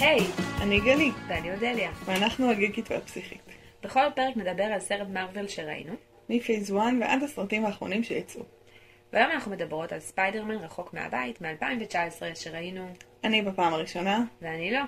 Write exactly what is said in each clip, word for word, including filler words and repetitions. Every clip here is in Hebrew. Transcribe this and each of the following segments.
היי, אני גלי, ואני אודליה. ואנחנו הגיקית והפסיכית. בכל פרק נדבר על סרט מארוול שראינו, מפייז וואן ועד הסרטים האחרונים שיצאו. והיום אנחנו מדברות על ספיידרמן רחוק מהבית מ-אלפיים תשע עשרה שראינו. אני בפעם הראשונה. ואני לא.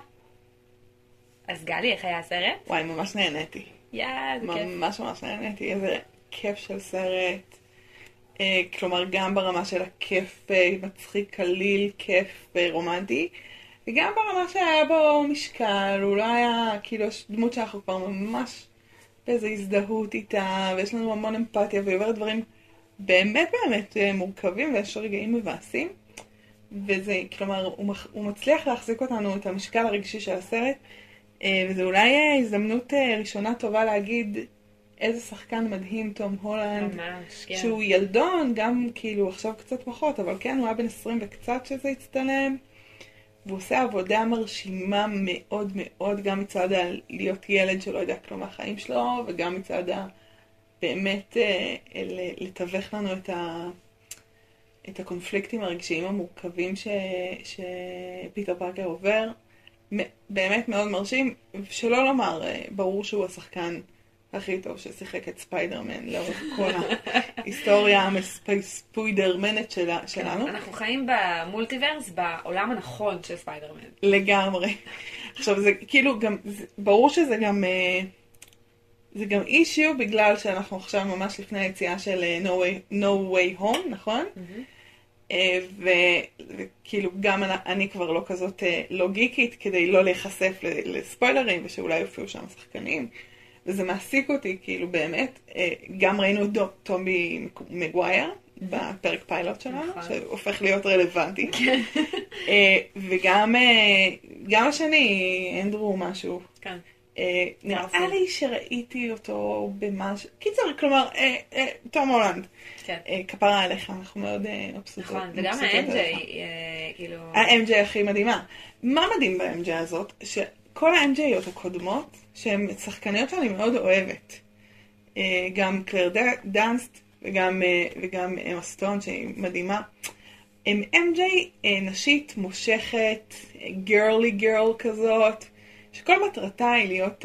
אז גלי, איך היה הסרט? וואי, ממש נהניתי. יאה, זה כיף. ממש ממש נהניתי, איזה כיף של סרט. אה, כלומר, גם ברמה של הכיף אה, מצחיק, קליל, כיף ורומנטי. וגם ברמה שהיה בו משקל, הוא לא היה, כאילו, יש דמות שאנחנו כבר ממש באיזו הזדהות איתה, ויש לנו המון אמפתיה, והיא עוברת דברים באמת באמת מורכבים, ויש רגעים מבאסים. וזה, כלומר, הוא, הוא מצליח להחזיק אותנו את המשקל הרגשי של הסרט, וזה אולי הזדמנות ראשונה טובה להגיד איזה שחקן מדהים תום הולנד. ממש, כן. שהוא ילדון, גם כאילו עכשיו קצת פחות, אבל כן, הוא היה בן עשרים וקצת שזה הצטלם. והוא עושה עבודה מרשימה מאוד מאוד, גם מצד להיות ילד שלא יודע כלום מהחיים שלו, וגם מצד ה... באמת לתווך לנו את, ה... את הקונפליקטים הרגשיים המורכבים ש... שפיטר פארקר עובר. באמת מאוד מרשים, שלא לומר, ברור שהוא השחקן הכי טוב ששיחק את ספיידרמן לאורך כל ההיסטוריה המספוידרמנת שלנו. אנחנו חיים במולטיברס, בעולם הנכון של ספיידרמן. לגמרי. עכשיו זה כאילו גם, זה, ברור שזה גם, זה גם אישיו בגלל שאנחנו עכשיו ממש לפני היציאה של No Way, no way Home, נכון? Mm-hmm. ו, וכאילו גם אני, אני כבר לא כזאת לא גיקית כדי לא להיחשף לספוילרים ושאולי יופיעו שם שחקנים. וזה מעסיק אותי, כאילו באמת, גם ראינו את טומי מגווייר בפרק פיילוט שלנו, שהופך להיות רלוונטי. וגם גם השני, אנדרו משהו. נראה לי שראיתי אותו במשהו, קיצר, כלומר, תום הולנד. כפרה עליך, אנחנו מאוד מבסוטות. נכון, וגם ה-אם ג'יי, כאילו... ה-אם ג'יי הכי מדהימה. מה מדהים ב-אם ג'יי הזאת? כל ה-אם ג'ייות הקודמות, שהן שחקניות שאני מאוד אוהבת. גם קלר דאנסט וגם, וגם אמה סטון שהיא מדהימה. הם אם ג'יי נשית מושכת, גרלי גרל כזאת, שכל מטרתה היא להיות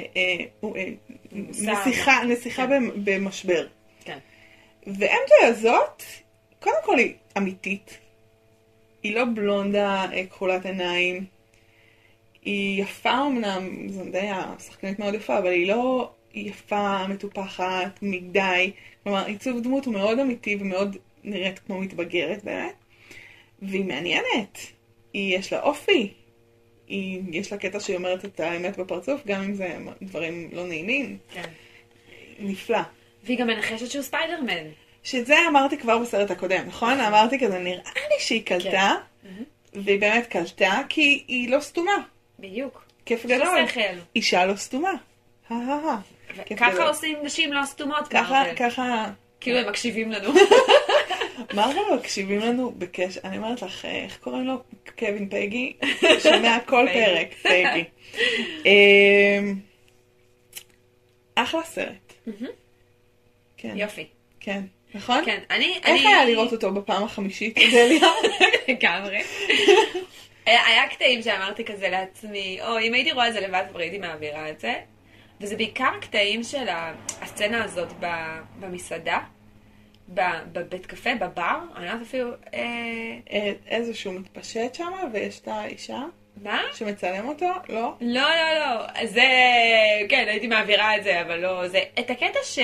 נסיכה, נסיכה במשבר. כן. ו-אם ג'יי הזאת, קודם כל היא אמיתית. היא לא בלונדה, כחולת עיניים. היא יפה אמנם, זו די השחקנית מאוד יפה, אבל היא לא יפה, מטופחת, מדי. כלומר, עיצוב דמות הוא מאוד אמיתי ומאוד נראית כמו מתבגרת באמת. והיא מעניינת. היא, יש לה אופי. היא, יש לה קטע שהיא אומרת את האמת בפרצוף, גם אם זה דברים לא נעימים. כן. נפלא. והיא גם מנחשת שהוא ספיידרמן. שזה אמרתי כבר בסרט הקודם, נכון? אמרתי כזה, נראה לי שהיא קלטה, והיא באמת קלטה, כי היא לא סתומה. בדיוק. כיף גדול. שכל. אישה לא סתומה. ככה עושים נשים לא סתומות. ככה, ככה. כאילו הם מקשיבים לנו. מה גם מקשיבים לנו בקשר? אני אומרת לך, איך קוראים לו? קווין פייגי? שומע כל פרק. פייגי. אחלה סרט. יופי. כן. נכון? כן. אני... איך היה לראות אותו בפעם החמישית? אודליה? לגמרי. היה קטעים שאמרתי כזה לעצמי, או אם הייתי רואה את זה לבד כבר הייתי מעבירה את זה. וזה בעיקר קטעים של הסצנה הזאת במסעדה, בבית קפה, בבר, אני יודעת אפילו... איזשהו מתפשט שם ויש את האישה? מה? שמצלם אותו? לא? לא, לא, לא. זה... כן, הייתי מעבירה את זה, אבל לא... זה... את הקטע ש...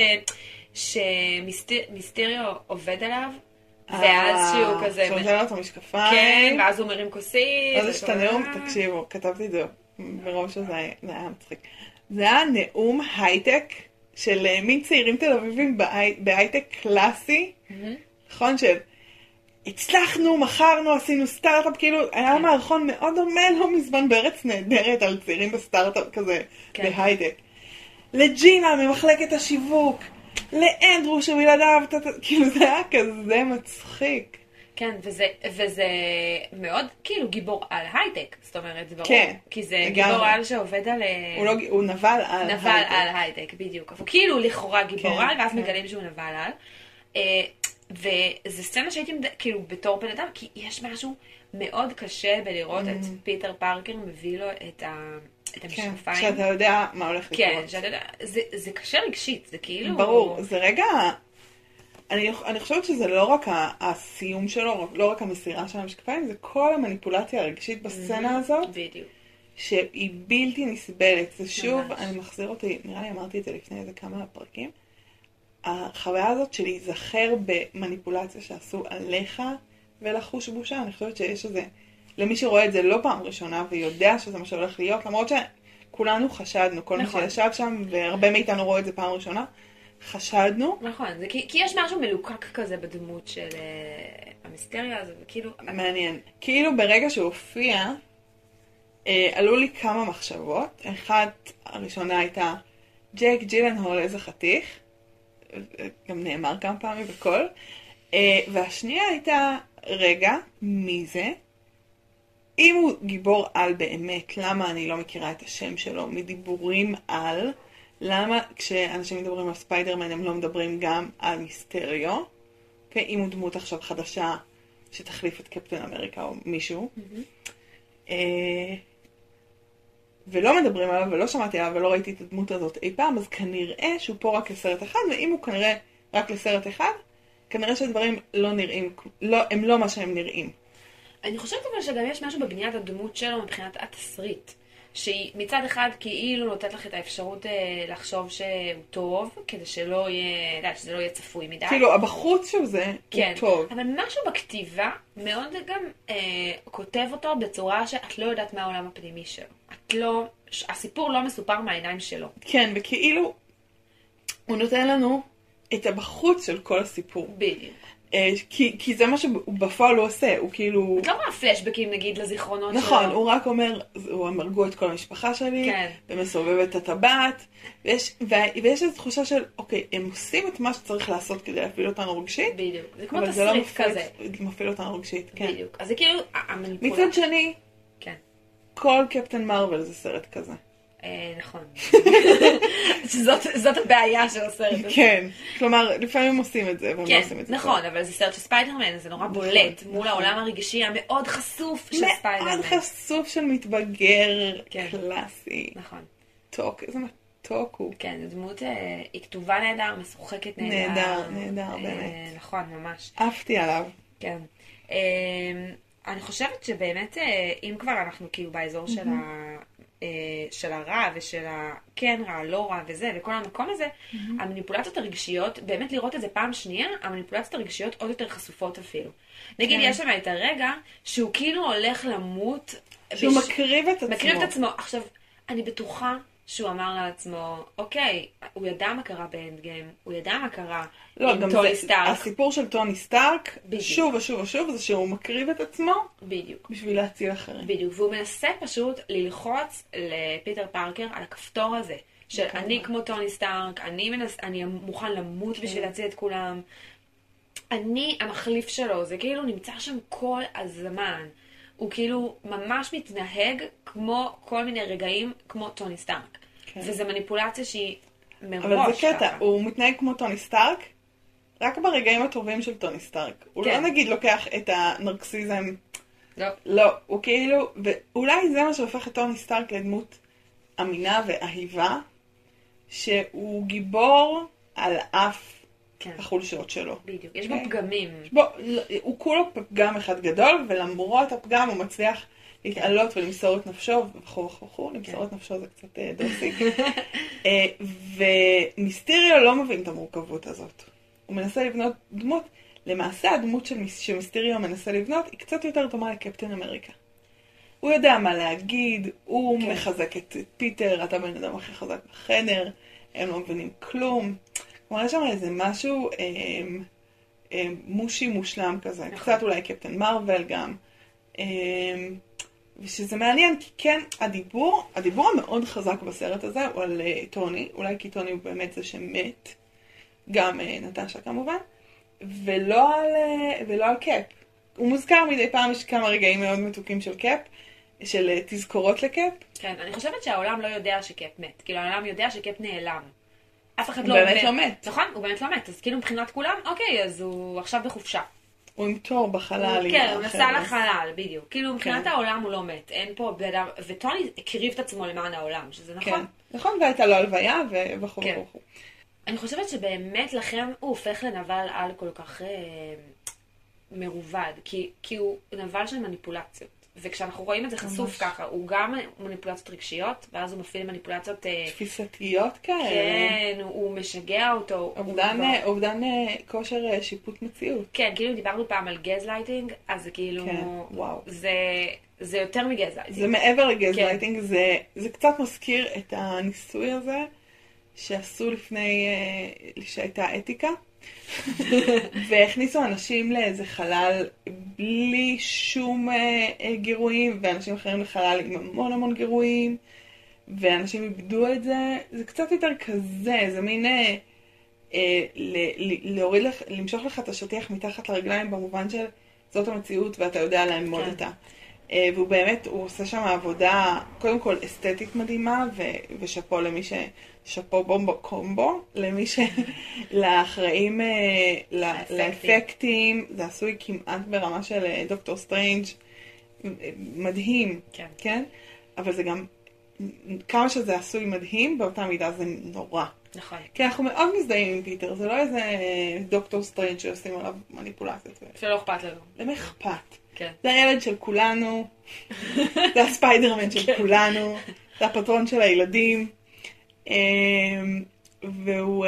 שמיסטריו עובד עליו, ואז שהוא כזה... שנותן לו את המשקפיים. כן, ואז הוא מרים כוסית. אז יש את הנאום, תקשיבו, כתבתי את זה ברוב שזה היה מצחיק. זה היה נאום הייטק של מין צעירים תל אביבים בהייטק קלאסי, נכון? של הצלחנו, מכרנו, עשינו סטארט-אפ, כאילו היה מערכון מאוד דומה לא מזמן בארץ נהדרת על צעירים בסטארט-אפ כזה בהייטק. לג'ינה ממחלקת השיווק, לאנדרו שבלעדיו, כאילו זה היה כזה מצחיק. כן, וזה, וזה מאוד כאילו גיבור על הייטק, זאת אומרת, זה ברור. כן, כי זה גיבור על שעובד על... הוא, לא, הוא נבל על נבל הייטק. על הייטק, בדיוק. הוא כאילו לכאורה גיבור כן, על, ואז כן. מגלים שהוא נבל על. וזו סצנה שהייתי, כאילו, בתור בן אדם, כי יש משהו מאוד קשה בלראות את פיטר פארקר מביא לו את ה... את המשקפיים. כן, שאתה יודע מה הולך לקרות. כן, שאתה יודע, זה, זה קשה רגשית, זה כאילו... ברור, זה רגע... אני, אני חושבת שזה לא רק הסיום שלו, לא רק המסירה של המשקפיים, זה כל המניפולציה הרגשית בסצנה הזאת. בדיוק. שהיא בלתי נסבלת. זה שוב, אני מחזיר אותי, נראה לי אמרתי את זה לפני איזה כמה פרקים. החוויה הזאת של להיזכר במניפולציה שעשו עליך ולחוש בושה, אני חושבת שיש איזה... למי שרואה את זה לא פעם ראשונה ויודע שזה מה שהולך להיות, למרות שכולנו חשדנו, כל נכון. מי שישב שם, והרבה מאיתנו רואה את זה פעם ראשונה, חשדנו. נכון, זה כי, כי יש משהו מלוקק כזה בדמות של uh, המיסטריה הזאת, וכאילו... מעניין. כאילו ברגע שהוא הופיע, uh, עלו לי כמה מחשבות. אחת, הראשונה הייתה, ג'ייק ג'ילנהול איזה חתיך, גם נאמר כמה פעמים בכל, uh, והשנייה הייתה, רגע, מי זה? אם הוא גיבור על באמת, למה אני לא מכירה את השם שלו מדיבורים על, למה כשאנשים מדברים על ספיידרמן הם לא מדברים גם על מיסטריו, okay? אם הוא דמות עכשיו חדשה שתחליף את קפטן אמריקה או מישהו, mm-hmm. אה, ולא מדברים עליו ולא שמעתי עליו ולא ראיתי את הדמות הזאת אי פעם, אז כנראה שהוא פה רק לסרט אחד, ואם הוא כנראה רק לסרט אחד, כנראה שהדברים לא נראים, לא, הם לא מה שהם נראים. אני חושבת אבל שגם יש משהו בבניית הדמות שלו מבחינת התסריט. שהיא מצד אחד כאילו נותנת לך את האפשרות אה, לחשוב שהוא טוב, כדי שלא יהיה, לא, שזה לא יהיה צפוי מדי. כאילו, הבחוץ של זה כן, הוא טוב. אבל משהו בכתיבה מאוד גם אה, כותב אותו בצורה שאת לא יודעת מה העולם הפנימי שלו. את לא, הסיפור לא מסופר מהעיניים שלו. כן, וכאילו הוא נותן לנו את הבחוץ של כל הסיפור. בדיוק. כי, כי זה מה שבפועל הוא עושה, הוא כאילו... את לא רואה פלשבקים נגיד לזיכרונות נכון, שלו. נכון, הוא רק אומר, הוא אמרגו את כל המשפחה שלי, כן. ומסובב את הטבעת, ויש, ויש איזו תחושה של, אוקיי, הם עושים את מה שצריך לעשות כדי להפעיל אותנו רגשית, בדיוק, זה כמו אבל זה לא תסריט מפעיל, כזה. מפעיל אותנו רגשית, כן. בדיוק, אז זה כאילו המניפולציה. מצד שני, כן. כל קפטן מרוול זה סרט כזה. אה, נכון. זאת, זאת הבעיה של הסרט. כן, כלומר, לפעמים עושים את זה, והם לא עושים את זה. נכון, אבל זה סרט של ספיידרמן, זה נורא בולט, מול העולם הרגשי המאוד חשוף של ספיידרמן. מאוד חשוף של מתבגר קלאסי. נכון. טוק, איזה מתוק הוא. כן, דמות, היא כתובה נהדר, משוחקת נהדר. נהדר, נהדר, באמת. נכון, ממש. אהבתי עליו. כן. אני חושבת שבאמת, אם כבר אנחנו כאילו באזור של ה... של הרע ושל הכן רע, לא רע וזה, וכל המקום הזה, mm-hmm. המניפולציות הרגשיות, באמת לראות את זה פעם שנייה, המניפולציות הרגשיות עוד יותר חשופות אפילו. נגיד, יש שם את הרגע שהוא כאילו הולך למות. שהוא בש... מקריב את עצמו. מקריב את עצמו. עכשיו, אני בטוחה שהוא אמר לעצמו, אוקיי, הוא ידע מה קרה באנד גיים, הוא ידע מה קרה לא, עם טוני סטארק. הסיפור של טוני סטארק, בדיוק. שוב ושוב ושוב, זה שהוא מקריב את עצמו, בדיוק. בשביל להציל אחרים. בדיוק, והוא מנסה פשוט ללחוץ לפיטר פארקר על הכפתור הזה, של אני כמו טוני סטארק, אני, מנס... אני מוכן למות בשביל להציל את כולם, אני המחליף שלו, זה כאילו נמצא שם כל הזמן. הוא כאילו ממש מתנהג כמו כל מיני רגעים כמו טוני סטארק. כן. וזו מניפולציה שהיא מראש ככה. אבל זה קטע, ככה. הוא מתנהג כמו טוני סטארק, רק ברגעים הטובים של טוני סטארק. הוא כן. לא נגיד לוקח את הנרקסיזם. לא. לא, הוא כאילו, ואולי זה מה שהופך את טוני סטארק לדמות אמינה ואהיבה, שהוא גיבור על אף כן. החולשות שלו. בדיוק, יש בו פגמים. בו, הוא כולו פגם אחד גדול, ולמרות הפגם הוא מצליח להתעלות ולמסור את נפשו, וכו' וכו' וכו', למסור את נפשו זה קצת דוסי. ומיסטריו לא מבין את המורכבות הזאת. הוא מנסה לבנות דמות, למעשה הדמות שמיסטריו מנסה לבנות, היא קצת יותר דומה לקפטן אמריקה. הוא יודע מה להגיד, הוא מחזק את פיטר, אתה בן אדם הכי חזק בחדר, הם לא מבינים כלום. כלומר, יש שם איזה משהו אה, אה, מושי מושלם כזה. נכון. קצת אולי קפטן מרוול גם. אה, ושזה מעניין, כי כן, הדיבור, הדיבור המאוד חזק בסרט הזה הוא על אה, טוני. אולי כי טוני הוא באמת זה שמת. גם אה, נטשה כמובן. ולא על, אה, ולא על קאפ. הוא מוזכר מדי פעם, יש כמה רגעים מאוד מתוקים של קאפ. של אה, תזכורות לקאפ. כן, אני חושבת שהעולם לא יודע שקאפ מת. כאילו, העולם יודע שקאפ נעלם. אף אחד הוא לא... באמת לא מת. נכון, הוא באמת לא מת. אז כאילו מבחינת כולם, אוקיי, אז הוא עכשיו בחופשה. הוא עם תור בחלל. כן, הוא נסע לחלל, בדיוק. כאילו מבחינת העולם הוא לא מת. אין פה בלעדיו... וטוני הקריב את עצמו למען העולם, שזה נכון. נכון, והייתה לו הלוויה וכו' וכו'. אני חושבת שבאמת לכן הוא הופך לנבל על כל כך מרובד. כי הוא נבל של מניפולציות. וכשאנחנו רואים את זה חשוף ככה, הוא גם מניפולציות רגשיות, ואז הוא מפעיל מניפולציות... תפיסתיות כאלה. כן, הוא משגע אותו. אובדן כושר שיפוט מציאות. כן, כאילו דיברנו פעם על גזלייטינג, אז זה כאילו... כן, וואו. זה יותר מגזלייטינג. זה מעבר לגזלייטינג, זה קצת מזכיר את הניסוי הזה, שעשו לפני שהייתה אתיקה. והכניסו אנשים לאיזה חלל בלי שום גירויים, ואנשים אחרים לחלל עם המון המון גירויים, ואנשים איבדו את זה. זה קצת יותר כזה, זה מין אה, להוריד לך, למשוך לך את השטיח מתחת לרגליים, במובן של זאת המציאות ואתה יודע לאמוד אותה. אה, והוא באמת, הוא עושה שם עבודה קודם כל אסתטית מדהימה, ו, ושפו למי ש... שפו בומבו קומבו, למי ש... לאחראים, לאפקטים, זה עשוי כמעט ברמה של דוקטור סטרנג', מדהים, כן. כן? אבל זה גם, כמה שזה עשוי מדהים, באותה מידה זה נורא. נכון. כי אנחנו מאוד מזדהים עם פיטר, זה לא איזה דוקטור סטרנג' שעושים עליו מניפולציות. שלא אכפת לנו. למי אכפת? כן. זה הילד של כולנו, זה הספיידרמן של כולנו, זה הפטרון של הילדים. והוא,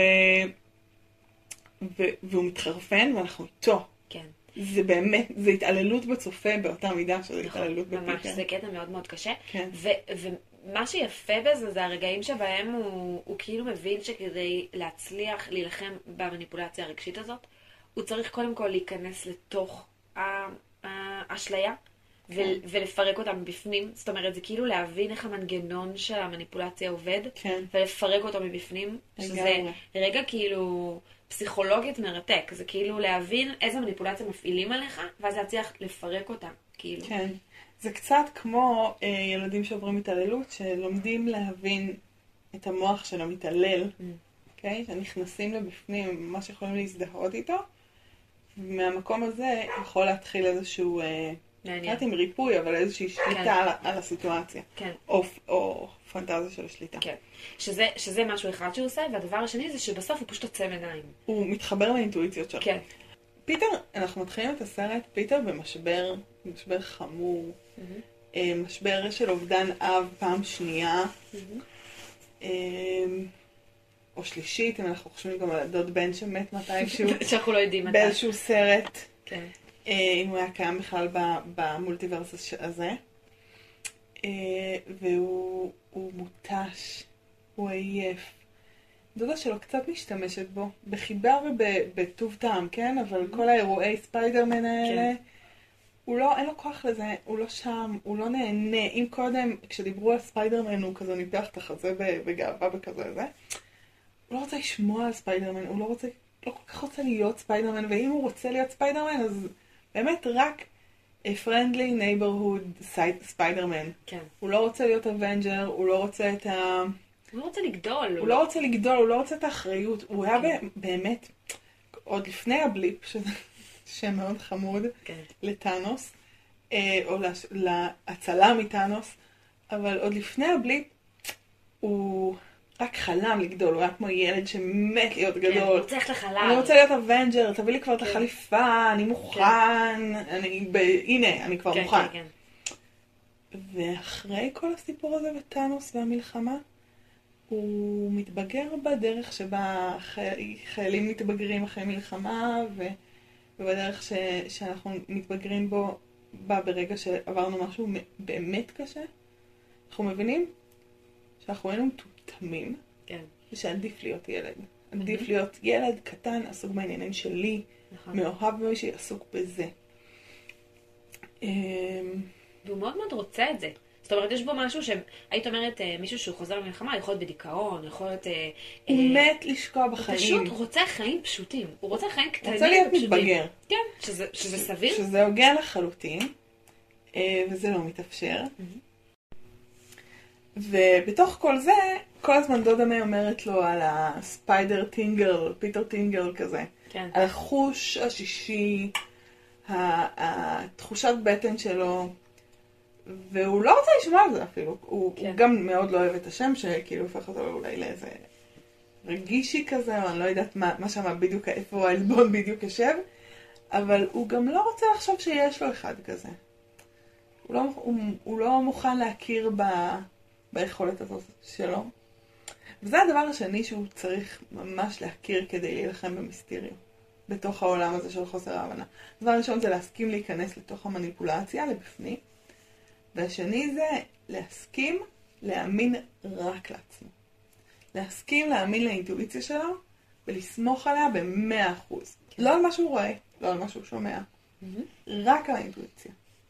והוא מתחרפן ואנחנו איתו. כן. זה באמת, זה התעללות בצופה באותה מידה שזה התעללות בפיטר. ממש, זה קטע מאוד מאוד קשה. כן. ומה שיפה בזה זה הרגעים שבהם הוא, הוא כאילו מבין שכדי להצליח להילחם במניפולציה הרגשית הזאת, הוא צריך קודם כל להיכנס לתוך האשליה. כן. ולפרק אותם מבפנים, זאת אומרת, זה כאילו להבין איך המנגנון של המניפולציה עובד, כן. ולפרק אותו מבפנים, שזה רגע כאילו פסיכולוגית מרתק, זה כאילו להבין איזה מניפולציה מפעילים עליך, ואז להצליח לפרק אותם, כאילו. כן, זה קצת כמו אה, ילדים שעוברים התעללות, שלומדים להבין את המוח של המתעלל, mm. okay? שנכנסים לבפנים, ממש יכולים להזדהות איתו, ומהמקום הזה יכול להתחיל איזשהו... אה, מעניין. עם ריפוי, אבל איזושהי שליטה כן. על, על הסיטואציה. כן. או, או פנטזיה של השליטה. כן. שזה, שזה משהו אחד שהוא עושה, והדבר השני זה שבסוף הוא פשוט עוצם עיניים. הוא מתחבר לאינטואיציות שלו. כן. פיטר, אנחנו מתחילים את הסרט, פיטר במשבר, משבר חמור, mm-hmm. משבר של אובדן אב פעם שנייה, mm-hmm. או שלישית, אם אנחנו חושבים גם על הדוד בן שמת מתישהו. שאנחנו לא יודעים מתי. באיזשהו סרט. כן. אם הוא היה קיים בכלל במולטיברס הזה. והוא מוטש, הוא עייף. דודה שלו קצת משתמשת בו, בחיבה ובטוב טעם, כן? אבל כל האירועי ספיידרמן האלה, הוא לא, אין לו כוח לזה, הוא לא שם, הוא לא נהנה. אם קודם, כשדיברו על ספיידרמן, הוא כזה ניתח את החזה בגאווה בכזה זה, הוא לא רוצה לשמוע על ספיידרמן, הוא לא רוצה, לא כל כך רוצה להיות ספיידרמן, ואם הוא רוצה להיות ספיידרמן, אז באמת רק friendly neighborhood ספיידרמן. כן. הוא לא רוצה להיות אבנג'ר, הוא לא רוצה את ה... הוא לא רוצה לגדול. הוא לא רוצה לגדול, הוא לא רוצה את האחריות. הוא היה באמת, עוד לפני הבליפ, שזה שם מאוד חמוד, לטאנוס, או להצלה מטאנוס, אבל עוד לפני הבליפ, הוא רק חלם לגדול, הוא היה כמו ילד שמת להיות גדול. הוא רוצה ללכת לחלל. אני רוצה להיות אבנג'ר, תביא לי כבר את החליפה, אני מוכן, הנה, אני כבר מוכן. ואחרי כל הסיפור הזה בטאנוס והמלחמה, הוא מתבגר בדרך שבה חיילים מתבגרים אחרי מלחמה, ובדרך ש, שאנחנו מתבגרים בו, בה ברגע שעברנו משהו באמת קשה. אנחנו מבינים שאנחנו היינו מטומטמים, כן. ושעדיף להיות ילד. עדיף mm-hmm. להיות ילד קטן, עסוק בעניינים שלי, נכון. מאוהב במישהי, עסוק בזה. והוא מאוד מאוד רוצה את זה. זאת אומרת, יש בו משהו שהיית אומרת, מישהו שהוא חוזר למלחמה, יכול להיות בדיכאון, יכול להיות... הוא מת לשקוע בחיים. הוא פשוט רוצה חיים פשוטים. הוא רוצה חיים קטנים ופשוטים. רוצה להיות מתבגר. כן, שזה, שזה סביר. שזה הוגן לחלוטין, וזה לא מתאפשר. ובתוך כל זה, כל הזמן דודה מיי אומרת לו על הספיידר טינגל, פיטר טינגל כזה. כן. על החוש השישי, התחושת בטן שלו, והוא לא רוצה לשמוע על זה אפילו. הוא, כן. הוא גם מאוד לא אוהב את השם, שכאילו הופך אותו אולי לאיזה רגישי כזה, או אני לא יודעת מה, מה שמה בדיוק, איפה העלבון בדיוק יושב, אבל הוא גם לא רוצה לחשוב שיש לו אחד כזה. הוא לא, הוא, הוא לא מוכן להכיר ב, ביכולת הזאת שלו. וזה הדבר השני שהוא צריך ממש להכיר כדי להילחם במיסטריו, בתוך העולם הזה של חוסר ההבנה. הדבר הראשון זה להסכים להיכנס לתוך המניפולציה, לבפנים. והשני זה להסכים להאמין רק לעצמו. להסכים להאמין לאינטואיציה שלו, ולסמוך עליה במאה אחוז. לא על מה שהוא רואה, לא על מה שהוא שומע. רק על האינטואיציה.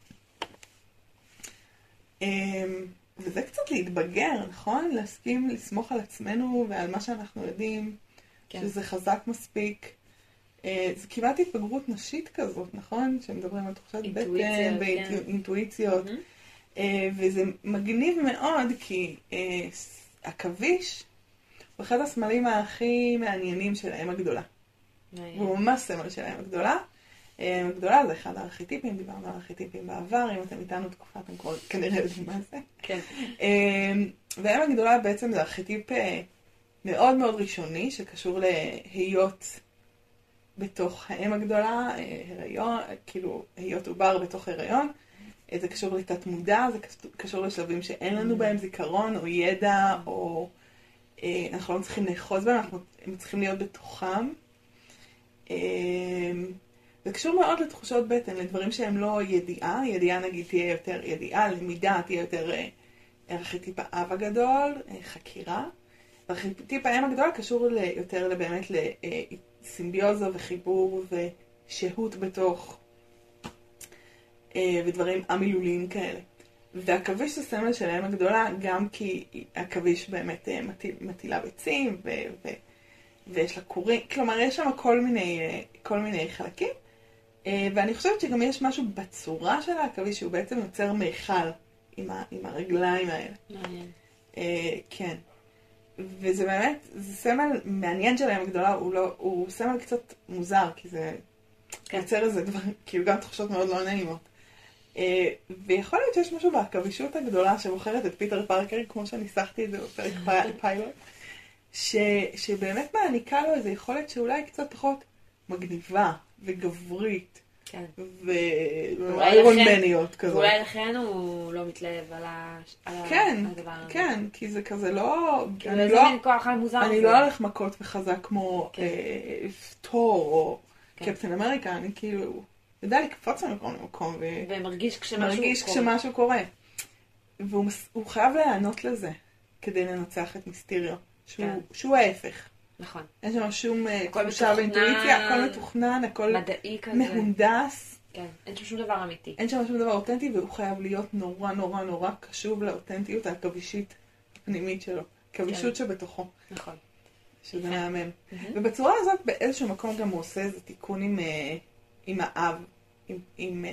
וזה קצת להתבגר, נכון? להסכים לסמוך על עצמנו ועל מה שאנחנו יודעים, כן. שזה חזק מספיק. זה כמעט התבגרות נשית כזאת, נכון? שמדברים על תחושת בטן ואינטואיציות. כן. וזה מגניב מאוד, כי הכביש הוא אחד הסמלים הכי מעניינים של האם הגדולה. והוא ממש סמל של האם הגדולה. האם הגדולה זה אחד הארכיטיפים, דיברנו על הארכיטיפים בעבר, אם אתם איתנו תקופה, אתם כבר כנראה יודעים מה זה. כן. והאם הגדולה בעצם זה ארכיטיפ מאוד מאוד ראשוני, שקשור להיות בתוך האם הגדולה, הריון, כאילו להיות עובר בתוך הריון. זה קשור לתת מודע, זה קשור לשלבים שאין לנו בהם זיכרון או ידע, או אנחנו לא צריכים לאחוז בהם, אנחנו צריכים להיות בתוכם. זה קשור מאוד לתחושות בטן, לדברים שהם לא ידיעה, ידיעה נגיד תהיה יותר ידיעה, למידה תהיה יותר ארכיטיפ האב הגדול, חקירה. ארכיטיפ האם הגדול קשור יותר באמת לסימביוזה וחיבור ושהות בתוך ודברים המילוליים כאלה. והכביש זה סמל של האם הגדולה, גם כי הכביש באמת מטיל, מטילה ביצים ו, ו, ויש לה קורים, כלומר יש שם כל מיני, כל מיני חלקים. ואני חושבת שגם יש משהו בצורה של הכביש שהוא בעצם יוצר מיכל עם, ה, עם הרגליים האלה. מעניין. כן. וזה באמת, זה סמל מעניין של האם הגדולה, הוא, לא, הוא סמל קצת מוזר, כי זה כן. יוצר איזה דבר, כאילו גם תחושות מאוד לא נעימות. ויכול להיות שיש משהו בהכבישות הגדולה שבוחרת את פיטר פארקר, כמו שניסחתי את זה בפרק פיילוט, שבאמת מעניקה לו איזו יכולת שאולי קצת פחות מגניבה וגברית, ואיירון מניות כזאת. ואולי לכן הוא לא מתלהב על הדבר הזה. כן, כי זה כזה לא... אני לא הולך מכות וחזק כמו תור או קפטן אמריקה, אני כאילו... יודע לקפוץ ממקום למקום, ומרגיש כשמשהו קורה. והוא חייב להיענות לזה, כדי לנצח את מיסטריו, שהוא ההפך. נכון. אין שם שום תחושה ואינטואיציה, הכל מתוכנן, הכל מהונדס. כן, אין שם שום דבר אמיתי. אין שם שום דבר אותנטי, והוא חייב להיות נורא נורא נורא קשוב לאותנטיות הכבישית הפנימית שלו. כבישות שבתוכו. נכון. שזה מהמם. ובצורה הזאת, באיזשהו מקום גם הוא עושה איזה תיקון עם... עם האב, עם, עם,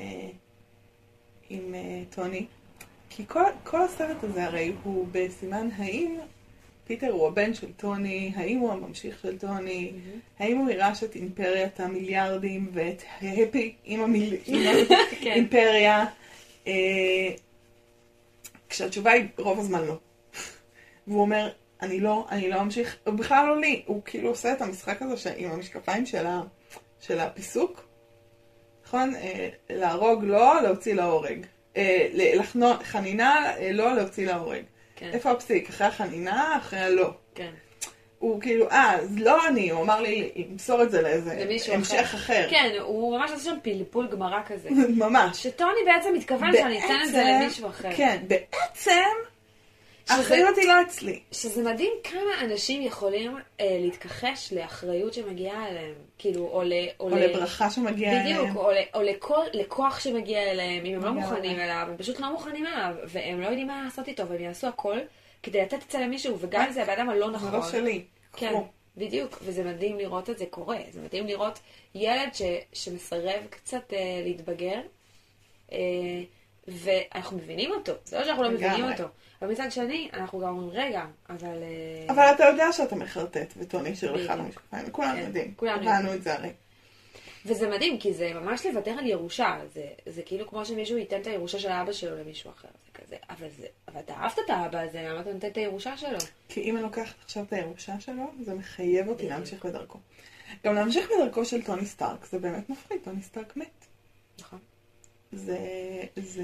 עם, עם טוני. כי כל, כל הסרט הזה הרי הוא בסימן האם פיטר הוא הבן של טוני, האם הוא הממשיך של טוני, mm-hmm. האם הוא ירש את אימפריית המיליארדים ואת ההפי עם, המיל... עם האימפריה. אה, כשהתשובה היא רוב הזמן לא. והוא אומר, אני לא, אני לא אמשיך, הוא בכלל לא לי, הוא כאילו עושה את המשחק הזה עם המשקפיים של, ה... של הפיסוק. נכון? להרוג לא, להוציא להורג. לחנון, חנינה לא, להוציא להורג. איפה הפסיק? אחרי החנינה, אחרי הלא. כן. הוא כאילו, אה, אז לא אני, הוא אמר לי, ימסור את זה לאיזה המשך אחר. כן, הוא ממש עושה שם פלפול גמרא כזה. ממש. שטוני בעצם מתכוון שאני אתן את זה למישהו אחר. כן, בעצם... האחריות היא לא אצלי. שזה מדהים כמה אנשים יכולים אה, להתכחש לאחריות שמגיעה אליהם. כאילו, או, ל, או, או ל... לברכה שמגיעה בדיוק, אליהם. בדיוק, או, ל, או לכל, לכוח שמגיע אליהם. אם הם לא מוכנים אליו, הם פשוט לא מוכנים אליו. והם לא יודעים מה לעשות איתו, והם יעשו הכל כדי לתת את זה למישהו. וגם אם זה הבאדם הלא נכון. זה לא שלי. כן, כמו. בדיוק. וזה מדהים לראות את זה קורה. זה מדהים לראות ילד ש, שמסרב קצת אה, להתבגר. אה, ואנחנו מבינים אותו, זה לא שאנחנו לא לגמרי. מבינים אותו. אבל מצד שני, אנחנו גם אומרים, רגע, אבל... אה, אבל אתה יודע שאתה מחרטט וטוני השאיר לך בדיוק. למשקפיים. כולנו כן, יודעים. כולנו הבנו יודעים. את זה הרי. וזה מדהים, כי זה ממש לוותר על ירושה. זה, זה כאילו כמו שמישהו ייתן את הירושה של האבא שלו למישהו אחר. זה כזה, אבל, זה, אבל אתה אהבת את האבא הזה, למה אתה נותן את הירושה שלו? כי אם אני לוקחת עכשיו את הירושה שלו, זה מחייב אותי בדיוק. להמשיך בדרכו. גם להמשיך בדרכו של טוני סטארק, זה באמת מפחיד, טוני סטארק מת. נכון. זה, זה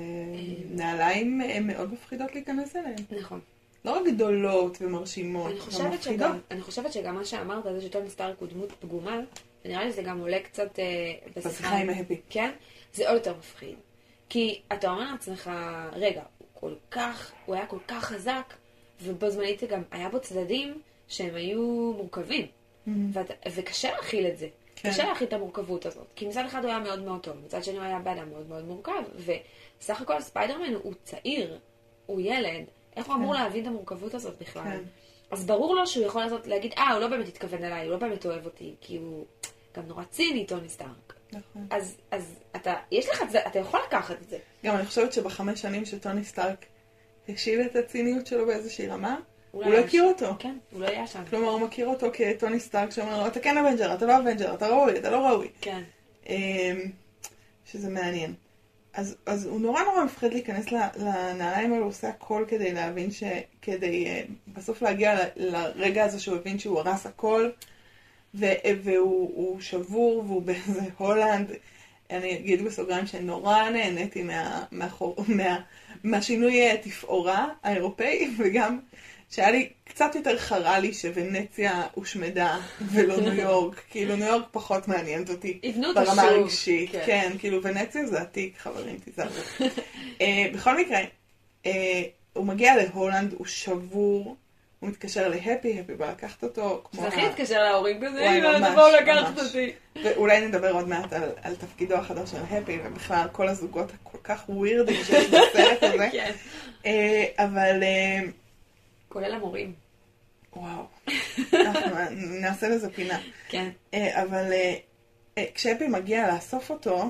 נעליים אה, מאוד מפחידות להיכנס אליהן. נכון. לא רק גדולות ומרשימות, אני גם חושבת, מפחידות. שגם, אני חושבת שגם מה שאמרת, זה שטוני סטארק הוא דמות פגומה, ונראה לי זה גם עולה קצת אה, בשיחה עם ההפי. כן? זה עוד יותר מפחיד. כי אתה אומר לעצמך, רגע, הוא כל כך, הוא היה כל כך חזק, ובו זמנית זה גם היה בו צדדים שהם היו מורכבים. ואת, וקשה להכיל את זה. כן. קשה להכיל את המורכבות הזאת. כי מצד אחד הוא היה מאוד מאוד טוב, מצד שני הוא היה באדם מאוד מאוד מורכב. וסך הכל ספיידרמן הוא צעיר, הוא ילד. איך הוא אמור להבין את המורכבות הזאת בכלל? כן. אז ברור לו שהוא יכול לעשות, להגיד, אה, הוא לא באמת התכוון אליי, הוא לא באמת אוהב אותי, כי הוא גם נורא ציני, טוני סטארק. נכון. אז, אז אתה, יש לך את זה, אתה יכול לקחת את זה. גם אני חושבת שבחמש שנים שטוני סטארק השיב את הציניות שלו באיזושהי רמה, הוא לא היה הכיר ש- אותו. כן, הוא לא היה שם. כלומר, הוא מכיר אותו כטוני סטארק שאומר לו, אתה כן אבנג'ר, אתה לא אבנג'ר, אתה ראוי, אתה לא ראוי. כן. אמ, שזה מעניין. אז, אז הוא נורא נורא מפחד להיכנס ל- לנעליים האלו, הוא עושה הכל כדי להבין ש... כדי אה, בסוף להגיע ל- לרגע הזה שהוא הבין שהוא הרס הכל, ו- והוא הוא שבור, והוא באיזה הולנד. אני אגיד בסוגריים שנורא נהניתי מה, מהחור, מה, מהשינוי תפאורה האירופאי, וגם שהיה לי קצת יותר חרה לי שוונציה הושמדה ולא ניו יורק. כאילו ניו יורק פחות מעניינת אותי יבנו אותה ברמה שוב. הרגשית. כן. כן, כאילו ונציה זה עתיק, חברים, תיזהרו. אה, בכל מקרה, אה, הוא מגיע להולנד, הוא שבור, הוא מתקשר להפי, הפי בא לקחת אותו. כמו זה הכי ה- התקשר להורים כזה, וואי, "אמא, ממש, תבואו לקחת ממש. אותי." ואולי נדבר עוד מעט על, על תפקידו החדש של הפי, ובכלל כל הזוגות הכל כך ווירדים שיש בסרט הזה. כן. אה, אבל, אה, כולל המורים. וואו, אנחנו נעשה לזה פינה. כן. אה, אבל אה, אה, כשאפי מגיע לאסוף אותו,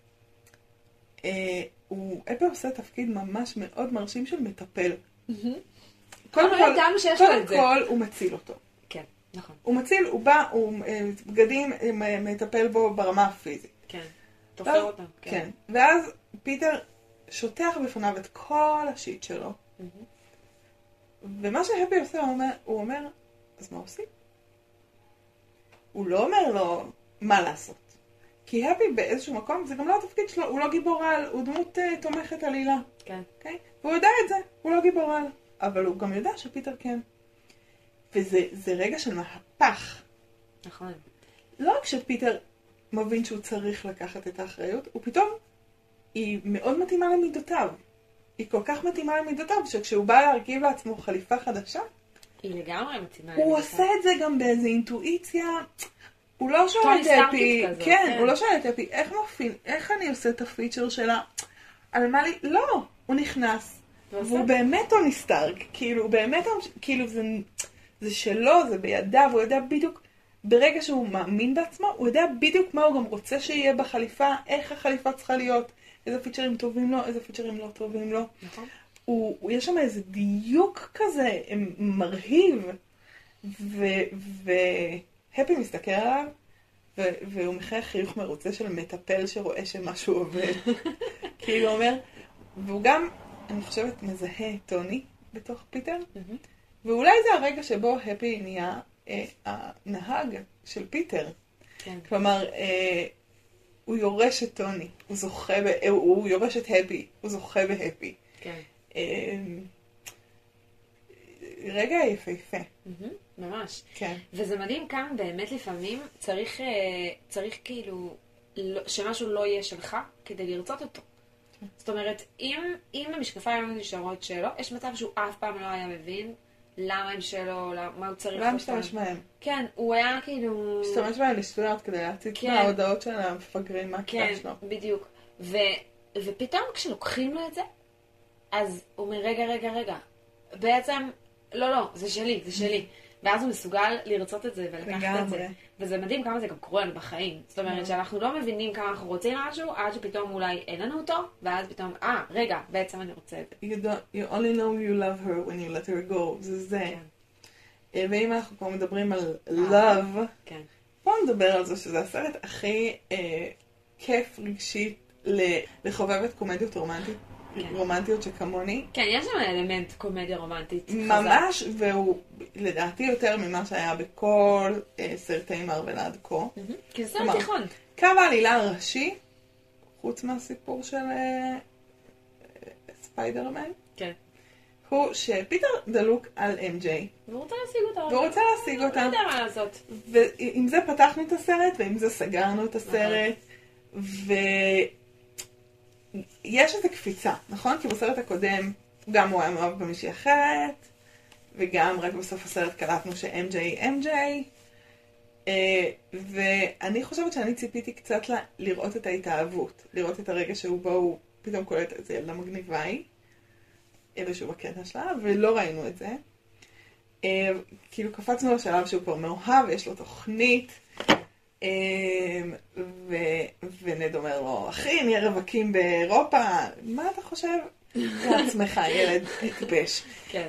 אה, הוא, אפי עושה תפקיד ממש מאוד מרשים של מטפל. קודם אבל כל, ידענו שיש לו קודם את זה. כל הוא מציל אותו. כן, נכון. הוא מציל, הוא בא, הוא אה, בגדים, אה, מטפל בו ברמה הפיזית. כן. תופר אותם. כן. ואז פיטר שוטח בפניו את כל השיט שלו. ומה שהפי עושה, הוא אומר, הוא אומר, אז מה עושים? הוא לא אומר לו מה לעשות. כי הפי באיזשהו מקום, זה גם לא התפקיד שלו, הוא לא גיבור על, הוא דמות uh, תומכת עלילה. כן. Okay? והוא יודע את זה, הוא לא גיבור על. אבל הוא גם יודע שפיטר כן. וזה זה רגע של מהפך. נכון. לא רק שפיטר מבין שהוא צריך לקחת את האחריות, הוא פתאום, היא מאוד מתאימה למידותיו. היא כל כך מתאימה למידותיו, שכשהוא בא להרכיב לעצמו חליפה חדשה, היא לגמרי מתאימה. הוא עושה את זה גם באיזו אינטואיציה. הוא לא שואל טוני את סטארקית אפי, כזאת, כן, כן. הוא לא שואל את אפי, איך מפעיל, איך אני עושה את הפיצ'ר שלה? על מה לי? לא, הוא נכנס. ועושה. והוא באמת טוני סטארק, כאילו, הוא באמת, כאילו, זה, זה שלו, זה בידיו, הוא יודע בדיוק, ברגע שהוא מאמין בעצמו, הוא יודע בדיוק מה הוא גם רוצה שיהיה בחליפה, איך החליפה צריכה להיות, איזה פיצ'רים טובים לו, איזה פיצ'רים לא טובים לו. נכון. הוא, הוא, יש שם איזה דיוק כזה מרהיב, והפי מסתכל עליו, ו- והוא מחייך חיוך מרוצה של מטפל שרואה שמשהו עובד. כאילו הוא אומר, והוא גם, אני חושבת, מזהה טוני בתוך פיטר, ואולי זה הרגע שבו הפי נהיה אה, הנהג של פיטר. כן. כלומר, אה, הוא יורש את טוני, הוא זוכה, ב- אה, הוא יורש את הפי, הוא זוכה בהפי. כן. אה, רגע יפהפה. ממש. כן. וזה מדהים כמה באמת לפעמים צריך, אה, צריך כאילו לא- שמשהו לא יהיה שלך כדי לרצות אותו. זאת אומרת, אם, אם המשקפיים היו נשארות שלו, יש מצב שהוא אף פעם לא היה מבין למה הם שלו, למה- מה הוא צריך לא היה משתמש בהם. כן, הוא היה כאילו... משתמש בהם לשטויות כדי להציץ כן. מההודעות של המפגרים כן, מהכיתה שלו. בדיוק. ו, ופתאום כשלוקחים לו את זה, אז הוא אומר, רגע, רגע, רגע. בעצם, לא, לא, זה שלי, זה שלי. ואז הוא מסוגל לרצות את זה ולקחת את זה. לגמרי. וזה מדהים כמה זה גם קורה לנו בחיים. זאת אומרת שאנחנו לא מבינים כמה אנחנו רוצים משהו, עד שפתאום אולי אין לנו אותו, ואז פתאום, אה, רגע, בעצם אני רוצה את זה. You don't, you only know you love her when you let her go. זה זה. כן. אה, ואם אנחנו כבר מדברים על love, כן. בואו נדבר על זה שזה הסרט הכי אה, כיף רגשית ל- לחובבת קומדיות רומנטית, כן. רומנטיות שכמוני. כן, יש שם אלמנט קומדיה רומנטית חזק. ממש, והוא לדעתי יותר ממה שהיה בכל אה, סרטי מארוול עד כה. מהמם. כי זה סרט כלומר, תיכון. קו העלילה הראשי, חוץ מהסיפור של אה, אה, ספיידרמן, כן. הוא שפיטר דלוק על אם ג'יי. והוא רוצה להשיג אותה. והוא רוצה להשיג לא אותה. יודע מה לעשות. ועם זה פתחנו את הסרט, ועם זה סגרנו את הסרט. ויש איזו קפיצה, נכון? כי בסרט הקודם גם הוא היה מאוהב במישהי אחרת, וגם רק בסוף הסרט קלטנו ש-אם ג'יי אם ג'יי. ואני חושבת שאני ציפיתי קצת לה, לראות את ההתאהבות, לראות את הרגע שהוא בו הוא פתאום קולט את זה ילדה מגניבה היא, ושהוא בקטע שלה, ולא ראינו את זה. כאילו קפצנו לשלב שהוא כבר מאוהב, יש לו תוכנית, ו... ונד אומר לו, אחי, נהיה רווקים באירופה, מה אתה חושב? לעצמך, ילד, טיפש. כן.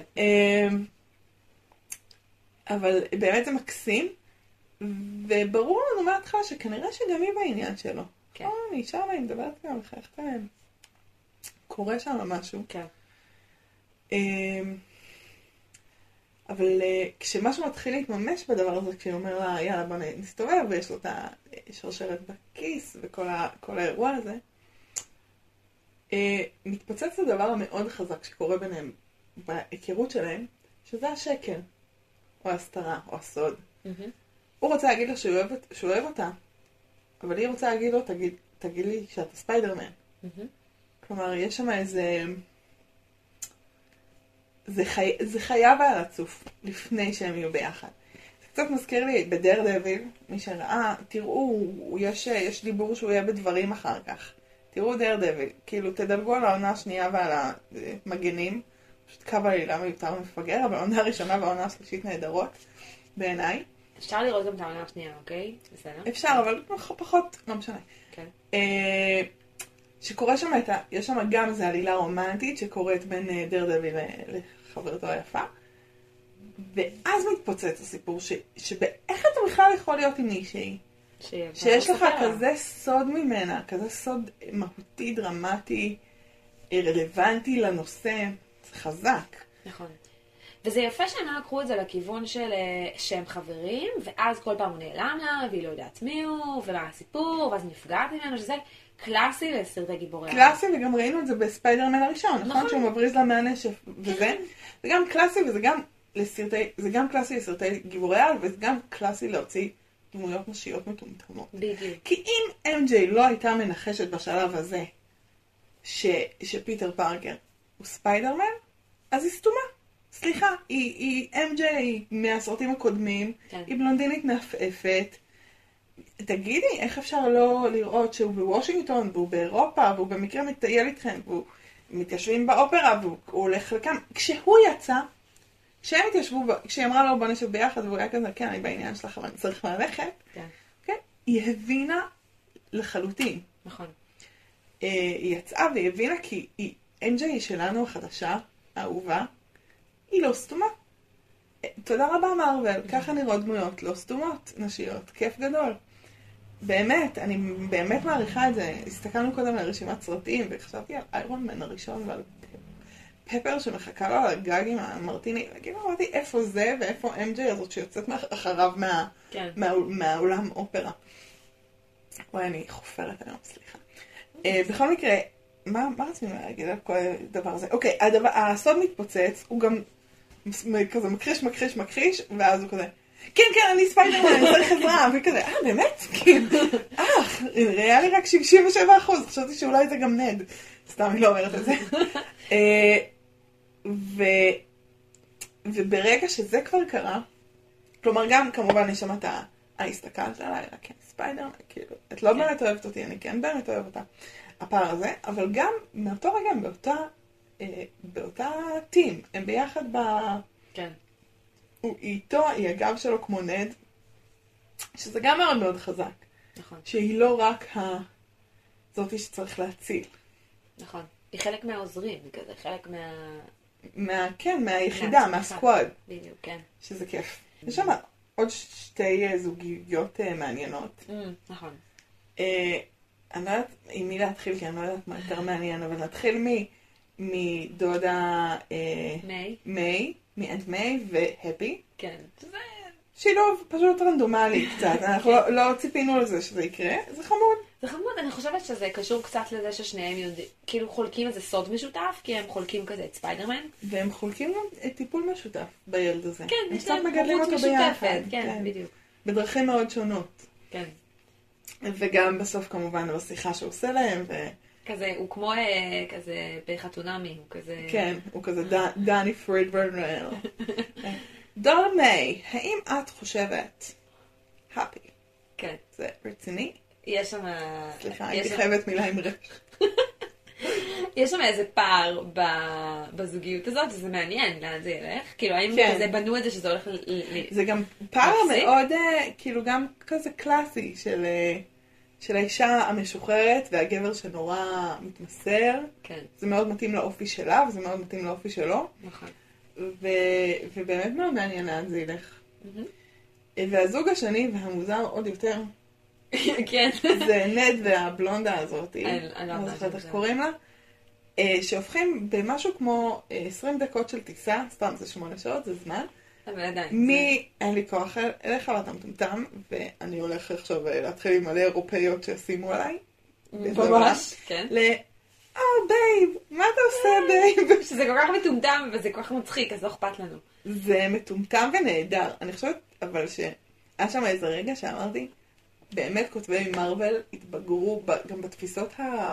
אבל באמת זה מקסים, וברור לנו מההתחלה שכנראה שגם היא בעניין שלו. כן. אני שם, אני מדברת גם, מחייכת עליהם. קורה שם משהו. כן. אבל כשמשהו מתחיל להתממש בדבר הזה, כשהוא אומר לה, יאללה, בוא נסתובב, ויש לו את השרשרת בכיס, וכל ה, כל האירוע הזה, מתפוצץ הדבר המאוד חזק שקורה ביניהם, בהיכרות שלהם, שזה השקר, או ההסתרה, או הסוד. הוא רוצה להגיד לה שהוא אוהב, שהוא אוהב אותה, אבל היא רוצה להגיד לו, תגיד, תגיד לי שאתה ספיידרמן. כלומר, יש שם איזה... זה, חי... זה חייב היה לצוף לפני שהם יהיו ביחד. זה קצת מזכיר לי בדר דביל, מי שראה, תראו, יש, יש דיבור שהוא יהיה בדברים אחר כך. תראו דר דביל, כאילו תדלגו על העונה השנייה ועל המגנים, פשוט קו עלילה מיותר מפגר, אבל העונה הראשונה והעונה השלישית נהדרות, בעיניי. אפשר לראות גם את העונה השנייה, אוקיי? בסדר. אפשר, אבל פחות, לא משנה. כן. אה, שקורה שם את ה... יש שם גם איזו עלילה רומנטית שקורית בין דר דביל לחברתו היפה. ואז מתפוצץ הסיפור ש... שבאיך אתה בכלל יכול להיות עם מישהי? שיש לך כזה סוד ממנה, כזה סוד מהותי, דרמטי, רלוונטי לנושא. זה חזק. נכון. וזה יפה שהם לקחו את זה לכיוון של שהם חברים, ואז כל פעם הוא נעלם לה, והיא לא יודעת מי הוא, ומה הסיפור, ואז נפגעת ממנו, שזה קלאסי לסרטי גיבורי על. קלאסי, וגם ראינו את זה בספיידרמן הראשון, נכון? שהוא מבריז לה מהנשף וזה. זה גם קלאסי, וזה גם לסרטי, זה גם קלאסי לסרטי גיבורי על, וזה גם קלאסי להוציא דמויות נשיות מטומטמות. בדיוק. כי אם אם ג'יי לא הייתה מנחשת בשלב הזה, ש, שפיטר פארקר הוא ספיידרמן, אז היא סתומה. סליחה, היא, היא אם ג'יי מהסרטים הקודמים, כן. היא בלונדינית מעפעפת. תגידי, איך אפשר לא לראות שהוא בוושינגטון, והוא באירופה, והוא במקרה מטייל איתכם, והוא מתיישבים באופרה, והוא הולך לכאן. כשהוא יצא, כשהם התיישבו, כשהיא אמרה לו בוא נשב ביחד, והוא היה כזה, כן, אני בעניין שלך, אבל אני צריך ללכת, כן. כן, היא הבינה לחלוטין. נכון. היא יצאה והיא הבינה כי אם ג'יי שלנו החדשה, האהובה, היא לא סתומה. תודה רבה מארוול, ככה נראות דמויות לא סתומות, נשיות, כיף גדול. באמת, אני באמת מעריכה את זה. הסתכלנו קודם על רשימת סרטים, וחשבתי על איירון מן הראשון ועל פפר שמחכה לו על הגג עם המרטיני, וכאילו אמרתי איפה זה ואיפה אם ג'יי הזאת שיוצאת אחריו מה, כן. מה, מהעולם אופרה. וואי, אני חופרת היום, סליחה. Uh, בכל מקרה, מה, מה רצינו להגיד על כל דבר הזה? אוקיי, הדבר, הסוד מתפוצץ, הוא גם כזה מכחיש, מכחיש, מכחיש, ואז הוא כזה, כן, כן, אני ספיידרמן, אני צריך עזרה, וכזה, אה, באמת? כאילו, אה, היה לי רק שישים ושבע אחוז, חשבתי שאולי זה גם נד, סתם היא לא אומרת את זה. ו... וברגע שזה כבר קרה, כלומר גם כמובן אני שמעת, אה, הסתכלת עליי, כן, ספיידרמן, כאילו, את לא באמת אוהבת אותי, אני כן באמת אוהב אותה, הפער הזה, אבל גם מאותו רגע, באותה, באותה טים, הם ביחד ב... כן. הוא איתו, היא הגב שלו כמו נד, שזה גם מאוד מאוד חזק. נכון. שהיא לא רק ה... זאתי שצריך להציל. נכון. היא חלק מהעוזרים, היא כזה, חלק מה... מה... כן, מהיחידה, מהסקוואד. בדיוק, כן. שזה כיף. יש שם עוד שתי זוגיות מעניינות. נכון. אני לא יודעת עם מי להתחיל, כי אני לא יודעת מה יותר מעניין, אבל נתחיל מדודה מיי. מיי, מאנט מיי והפי. כן. שילוב פשוט רנדומלי קצת, אנחנו לא ציפינו לזה שזה יקרה, זה חמוד. זה חמוד, אני חושבת שזה קשור קצת לזה ששניהם יודעים, כאילו חולקים איזה סוד משותף, כי הם חולקים כזה את ספיידרמן. והם חולקים גם את טיפול משותף בילד הזה. כן, יש להם הורות משותפת, כן, בדיוק. בדרכים מאוד שונות. כן. וגם בסוף כמובן בשיחה שהוא עושה להם, ו... כזה, הוא כמו כזה בחתונמי, הוא כזה... כן, הוא כזה דני פרידברנל. דודה מיי, האם את חושבת הפי? כן. זה רציני? יש שם... סליחה, הייתי חייבת מילה עם רש. יש שם איזה פער בזוגיות הזאת, וזה מעניין לאן זה ילך. כאילו, האם כזה בנו את זה שזה הולך ל... זה גם פער מאוד, כאילו, גם כזה קלאסי של האישה המשוחררת והגבר שנורא מתמסר. כן. זה מאוד מתאים לאופי שלה, וזה מאוד מתאים לאופי שלו. נכון. ובאמת מאוד מעניין לאן זה ילך. והזוג השני והמוזר עוד יותר, כן. זה נד והבלונדה הזאת, אני לא זוכרת איך קוראים לה, שהופכים במשהו כמו עשרים דקות של טיסה, סתם זה שמונה שעות, זה זמן. אבל עדיין. מי, אין לי כוח אליך ואתה מטומטם, ואני הולך עכשיו להתחיל עם מלא אירופאיות שישימו עליי. ממש, כן. אה, בייב, מה אתה עושה, בייב? שזה כל כך מטומטם וזה כל כך מצחיק, אז לא אכפת לנו. זה מטומטם ונהדר. אני חושבת, אבל שהיה שם איזה רגע שאמרתי, באמת כותבי מרוול התבגרו גם בתפיסות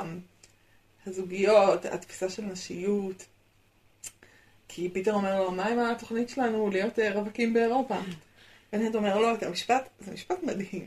הזוגיות, התפיסה של נשיות. כי פיטר אומר לו, מה עם התוכנית שלנו להיות רווקים באירופה? ונד אומר לו, את המשפט, זה משפט מדהים.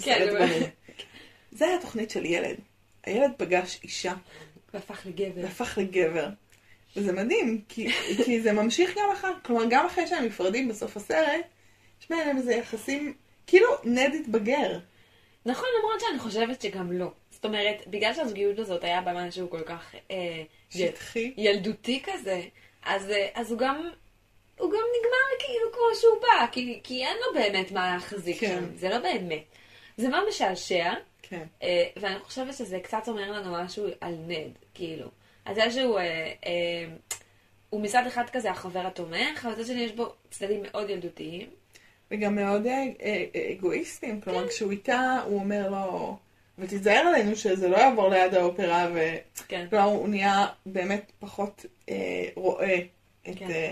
זה היה התוכנית של ילד. הילד פגש אישה. והפך לגבר. והפך לגבר. וזה מדהים, כי, כי זה ממשיך גם אחר, כלומר, גם אחרי שהם נפרדים בסוף הסרט, יש ביניהם איזה יחסים, כאילו נד התבגר. נכון, למרות שאני חושבת שגם לא. זאת אומרת, בגלל שהזוגיות הזאת היה בה משהו כל כך אה, שטחי. ילדותי כזה, אז, אז הוא גם, הוא גם נגמר כאילו כמו שהוא בא, כי, כי אין לו באמת מה להחזיק כן. שם, זה לא באמת. זה מה משעשע, כן. אה, ואני חושבת שזה קצת אומר לנו משהו על נד, כאילו. אז זה שהוא, אה, אה, הוא מצד אחד כזה החבר התומך, אבל מצד שני יש בו צדדים מאוד ילדותיים. וגם מאוד אגואיסטים, כלומר כן. כשהוא איתה, הוא אומר לו, ותיזהר עלינו שזה לא יעבור ליד האופרה, כן. וכלומר הוא נהיה באמת פחות אה, רואה את, כן. אה,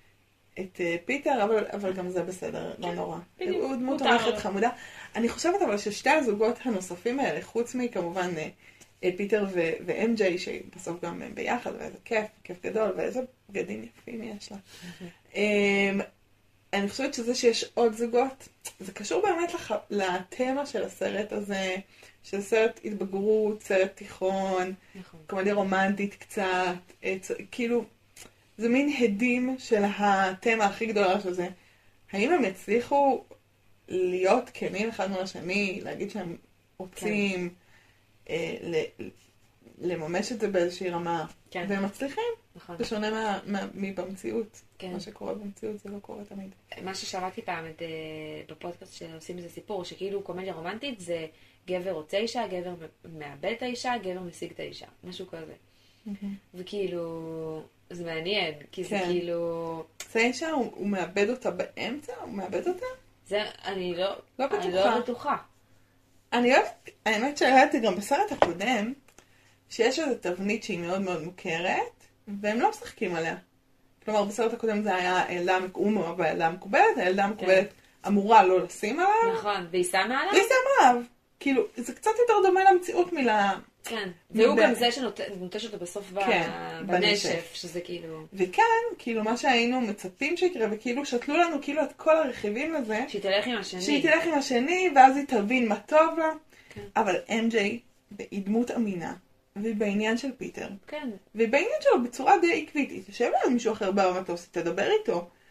את אה, פיטר, אבל, אבל גם זה בסדר, כן. לא נורא. בדיוק. הוא דמות תומכת חמודה. אני חושבת אבל ששתי הזוגות הנוספים האלה, חוץ מכמובן אה, פיטר ו-אם ג'יי, שבסוף גם הם ביחד, ואיזה כיף, כיף גדול, ואיזה בגדים יפים יש לה. אה, אני חושבת שזה שיש עוד זוגות, זה קשור באמת לח... לתמה של הסרט הזה, של סרט התבגרות, סרט תיכון, נכון. קומדיה רומנטית קצת, את... כאילו, זה מין הדים של התמה הכי גדולה של זה. האם הם הצליחו להיות כנים אחד מול השני, להגיד שהם רוצים כן. אה, ל... לממש את זה באיזושהי רמה, כן. והם מצליחים, נכון. בשונה מה, מה, מבמציאות. כן. מה שקורה במציאות זה לא קורה תמיד. מה ששמעתי פעם את, uh, בפודקאסט שעושים איזה סיפור, שכאילו קומדיה רומנטית זה גבר רוצה אישה, גבר מאבד את האישה, גבר משיג את האישה. משהו כזה. Mm-hmm. וכאילו, זה מעניין, כי כן. זה כאילו... זה אישה, הוא, הוא מאבד אותה באמצע? הוא מאבד אותה? זה, אני לא... לא בטוחה. אני לא בטוחה. אני אוהבת, האמת שהראיתי גם בסרט הקודם, שיש איזו תבנית שהיא מאוד מאוד מוכרת, והם לא משחקים עליה. כלומר, בסרט הקודם זה היה הילדה המקובלת, והילדה המקובלת, הילדה המקובלת אמורה לא לשים עליו. נכון, והיא שמה עליו? והיא שמה עליו. כאילו, זה קצת יותר דומה למציאות מילה... כן, והוא גם זה שנוטש אותו בסוף בנשף, שזה כאילו... וכאן, כאילו, מה שהיינו מצפים שיקרה, וכאילו שתלו לנו כאילו את כל הרכיבים לזה. שהיא תלך עם השני. שהיא תלך עם השני, ואז היא תבין מה טוב לה. אבל אם ג'יי, היא דמות אמינה. והיא בעניין של פיטר. כן. והיא בעניין שלו בצורה די עקבית. היא תשב על מישהו אחר במטוס, היא תדבר איתו.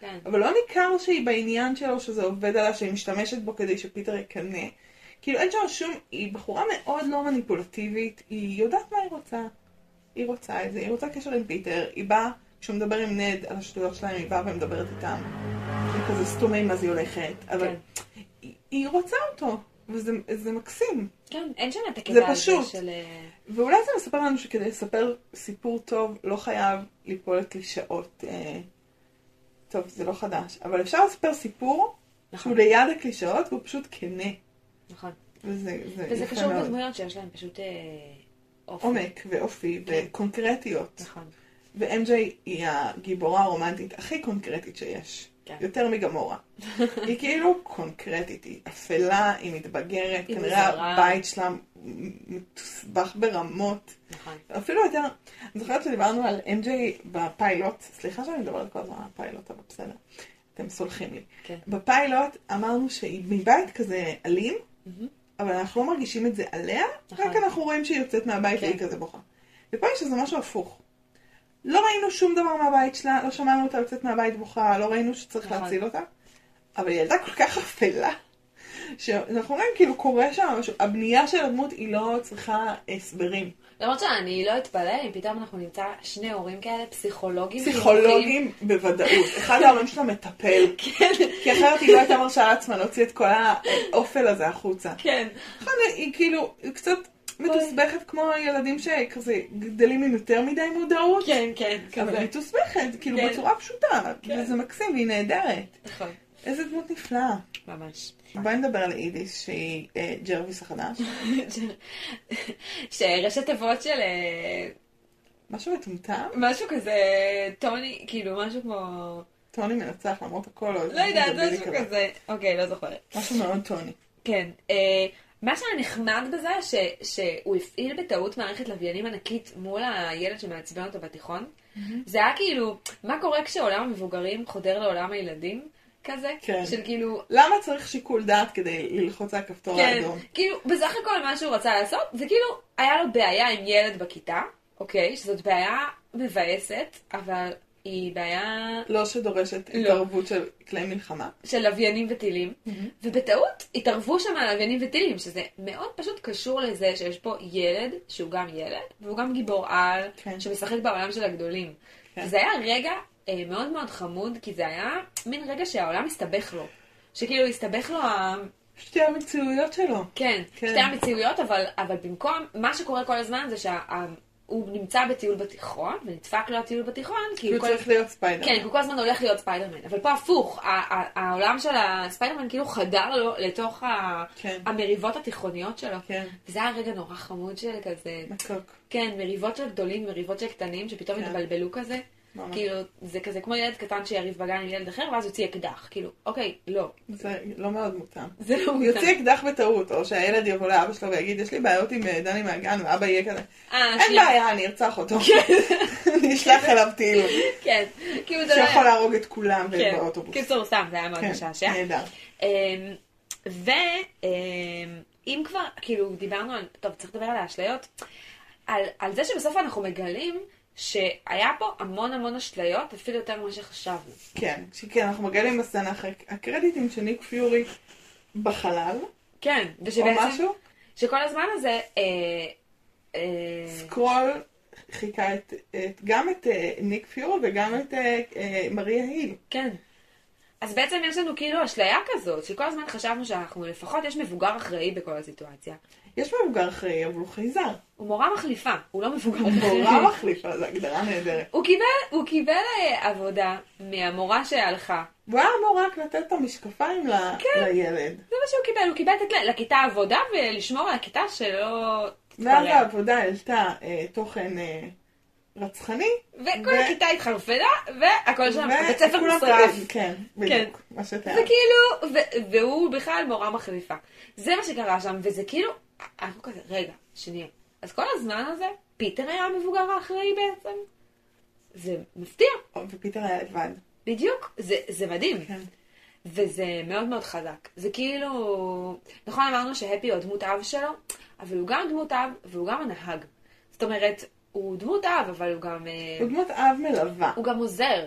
כן. אבל לא ניכר שהיא בעניין שלו, שזה עובד עליה, שהיא משתמשת בו כדי שפיטר יקנה. כאילו אין שם שום, היא בחורה מאוד לא מניפולטיבית, היא יודעת מה היא רוצה. היא רוצה את זה, היא רוצה קשר עם פיטר, היא באה, כשהוא מדבר עם נד על השטויות שלהם, היא באה ומדברת איתם. היא כזה סתומים אז היא הולכת, אבל כן. היא, היא רוצה אותו, וזה זה מקסים. כן, אין שם את זה הקטע הזה פשוט. של... ואולי זה מספר לנו שכדי לספר סיפור טוב, לא חייב ליפול לקלישאות. אה, טוב, זה לא חדש, אבל אפשר לספר סיפור נכון. שהוא ליד הקלישאות, והוא פשוט כנה. נכון. וזה, זה וזה יפה קשור מאוד. בדמויות שיש להם פשוט אה, אופי. עומק ואופי כן. וקונקרטיות. נכון. ו-אם ג'יי היא הגיבורה הרומנטית הכי קונקרטית שיש. כן. יותר מגמורה. היא כאילו קונקרטית, היא אפלה, היא מתבגרת, היא כנראה מוזרה. הבית שלה מתוסבך ברמות. נכון. אפילו יותר, אני זוכרת שדיברנו על אם ג'יי בפיילוט, סליחה שאני מדברת כל הזמן על הפיילוט, אבל בסדר, אתם סולחים לי. כן. בפיילוט אמרנו שהיא מבית כזה אלים, מהמם. אבל אנחנו לא מרגישים את זה עליה, נכון. רק אנחנו רואים שהיא יוצאת מהבית כן. והיא כזה בוכה. ופה יש איזה משהו הפוך. לא ראינו שום דבר מהבית שלה, לא שמענו אותה יוצאת מהבית בוכה, לא ראינו שצריך נכון. להציל אותה, אבל היא ילדה כל כך אפלה, שאנחנו רואים כאילו קורה שם משהו, הבנייה של הדמות היא לא צריכה הסברים. למרות שאני לא אתפלא אם פתאום אנחנו נמצא שני הורים כאלה, פסיכולוגים. פסיכולוגים בוודאות. אחד ההורים שלה מטפל. כן. כי אחרת היא לא הייתה מרשה לעצמה להוציא את כל האופל הזה החוצה. כן. אחד, היא כאילו קצת מתוסבכת כמו ילדים שכזה גדלים עם יותר מדי מודעות. כן, כן. אבל כזה. היא מתוסבכת, כאילו כן. בצורה פשוטה. כן. וזה מקסים, והיא נהדרת. נכון. איזה דמות נפלאה. ממש. בואי נדבר על אידיס, שהיא אה, ג'רוויס החדש. שרשת תיבות של אה, משהו מטומטם. משהו כזה, טוני, כאילו משהו כמו... טוני מנצח למרות הכל. לא יודעת, משהו כזה. אוקיי, לא זוכרת. משהו מאוד טוני. כן. אה, מה שהיה נחמד בזה, ש, שהוא הפעיל בטעות מערכת לוויינים ענקית מול הילד שמעצבן אותו בתיכון. זה היה כאילו, מה קורה כשעולם המבוגרים חודר לעולם הילדים? כזה? כן. של כאילו... למה צריך שיקול דעת כדי ללחוץ על הכפתור כן, האדום? כאילו, בסך הכל מה שהוא רצה לעשות, זה כאילו, היה לו בעיה עם ילד בכיתה, אוקיי? שזאת בעיה מבאסת, אבל היא בעיה לא שדורשת לא. התערבות של כלי מלחמה. של לוויינים וטילים, ובטעות התערבו שם על לוויינים וטילים, שזה מאוד פשוט קשור לזה שיש פה ילד, שהוא גם ילד, והוא גם גיבור על, כן. שמשחק בעולם של הגדולים. כן. וזה היה רגע אה, מאוד מאוד חמוד, כי זה היה מין רגע שהעולם הסתבך לו. שכאילו הסתבך לו ה... שתי המציאויות שלו. כן, כן. שתי המציאויות, אבל, אבל במקום, מה שקורה כל הזמן זה שהוא נמצא בטיול בתיכון, ונדפק לו הטיול בתיכון, כי הוא הוא כל... צריך להיות ספיידרמן. כן, כי הוא כל הזמן הולך להיות ספיידרמן. אבל פה הפוך, ה- ה- העולם של הספיידרמן כאילו חדר לו לתוך ה- כן. המריבות התיכוניות שלו. כן. וזה היה רגע נורא חמוד של כזה, מתוק. כן, מריבות של גדולים, מריבות של קטנים, שפתאום כן. התבלבלו כזה. ממש. כאילו, זה כזה כמו ילד קטן שיריב בגן עם ילד אחר, ואז יוציא אקדח. כאילו, אוקיי, לא. זה לא מאוד מותאם. זה לא הוא מותאם. יוציא אקדח בטעות, או שהילד יבוא לאבא שלו ויגיד, יש לי בעיות עם אה, דני מהגן, ואבא יהיה כזה. אה, אין שנייה. בעיה, אני ארצח אותו. אני אשלח אליו טיל. כן, כאילו זה לא שיכול היה... להרוג את כולם כן, באוטובוס. קיצור, סתם, זה היה מאוד כן, משעשע. נהדר. ואם כבר, כאילו, דיברנו על, טוב, צריך לדבר על האשליות, על, על זה שבסוף אנחנו מגלים שהיה פה המון המון אשליות, אפילו יותר ממה שחשבנו. כן, שכן, אנחנו מגלים בסצנה אחרי הקרדיטים של ניק פיורי בחלל, כן, או ושבעצם, משהו, שכל הזמן הזה, אה, אה, סקרול חיכה את, את, גם את אה, ניק פיורי וגם את אה, אה, מריה היל. כן. אז בעצם יש לנו כאילו אשליה כזאת, שכל הזמן חשבנו שאנחנו, לפחות יש מבוגר אחראי בכל הסיטואציה. יש מבוגר אחראי, אבל הוא חייזר. הוא מורה מחליפה, הוא לא מבוגר הוא אחראי. מורה מחליפה, זו הגדרה נהדרת. הוא קיבל, הוא קיבל אה, עבודה מהמורה שהלכה. הוא היה אמור רק לתת את המשקפיים ל- כן. לילד. זה מה שהוא קיבל, הוא קיבל לתת לה- לכיתה עבודה ולשמור על הכיתה שלא ואז תתפרע. העבודה העלתה אה, תוכן אה, רצחני. וכל ו- הכיתה התחרפנה, והכל שם, ו- בית ספר כולם נשרף. כזה- כן, בדיוק, מה שתיאר. וכאילו, ו- והוא בכלל מורה מחליפה. זה מה שקרה שם, וזה כאילו, אנחנו כזה, רגע, שנייה. אז כל הזמן הזה, פיטר היה המבוגר האחראי בעצם. זה מפתיע. ופיטר היה לבד. בדיוק, זה, זה מדהים. כן. וזה מאוד מאוד חזק. זה כאילו, נכון אמרנו שהפי הוא הדמות אב שלו, אבל הוא גם דמות אב והוא גם הנהג. זאת אומרת, הוא דמות אב, אבל הוא גם, אה, הוא דמות אב מלווה. הוא גם עוזר.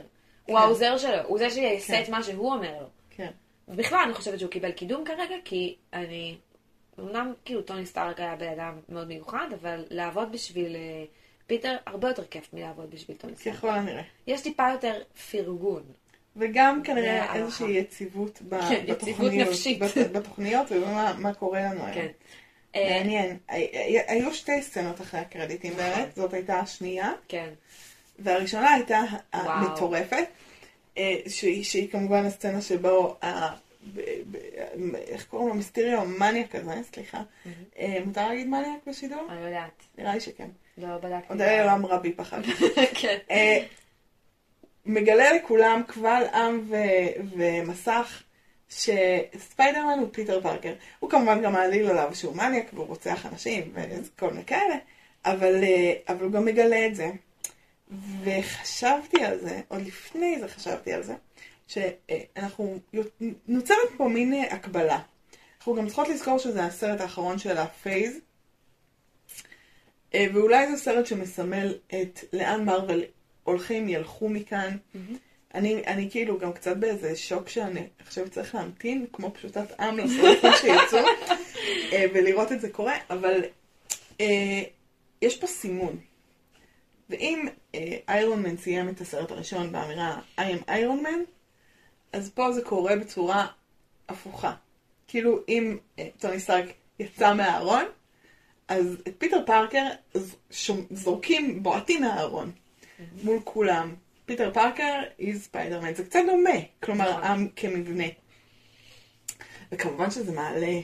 הוא העוזר שלו, הוא זה שיעשה כן. את מה שהוא אומר לו. כן. ובכלל אני חושבת שהוא קיבל קידום כרגע, כי אני, אמנם כאילו טוני סטארק היה בן אדם מאוד מיוחד, אבל לעבוד בשביל אה, פיטר הרבה יותר כיף מלעבוד בשביל טוני סטארק. ככל הנראה. יש טיפה יותר פרגון. וגם כנראה והערכה. איזושהי יציבות ב- כן, יציבות בתוכניות, נפשית. בת- בתוכניות ומה מה קורה לנו היום. כן. אה, מעניין. הי- היו שתי סצנות אחרי הקרדיטים נכון. באמת, זאת הייתה השנייה, כן. והראשונה הייתה וואו. המטורפת, אה, שהיא שהיא כמובן הסצנה שבו, ה- ב- ב- איך קוראים לו? מיסטריו, מניאק כזה, סליחה. אה, מותר להגיד מניאק בשידור? אני לא יודעת. נראה לי שכן. לא בדקתי. עוד היה לא אמרה בי פחד. כן. אה, מגלה לכולם קבל עם ו- ומסך שספיידרמן הוא פיטר פארקר. הוא כמובן גם מעליל עליו שהוא מניאק והוא רוצח אנשים וכל מיני כאלה, אבל, אה, אבל הוא גם מגלה את זה. וחשבתי על זה, עוד לפני זה חשבתי על זה, שאנחנו, נוצרת פה מין הקבלה. אנחנו גם צריכות לזכור שזה הסרט האחרון של הפייז, ואולי זה סרט שמסמל את לאן מרוול הולכים, ילכו מכאן. Mm-hmm. אני, אני כאילו גם קצת באיזה שוק שאני חושבת צריך להמתין, כמו פשוטת עם לסרטים שיצאו, ולראות את זה קורה, אבל אה, יש פה סימון. ואם איירון מן סיים את הסרט הראשון באמירה I am Iron Man, אז פה זה קורה בצורה הפוכה. כאילו אם אה, טוני סטארק יצא מהארון, אז את פיטר פארקר זורקים, בועטים מהארון mm-hmm. מול כולם. פיטר פארקר היא ספיידרמן. זה קצת דומה, כלומר, עם כמבנה. וכמובן שזה מעלה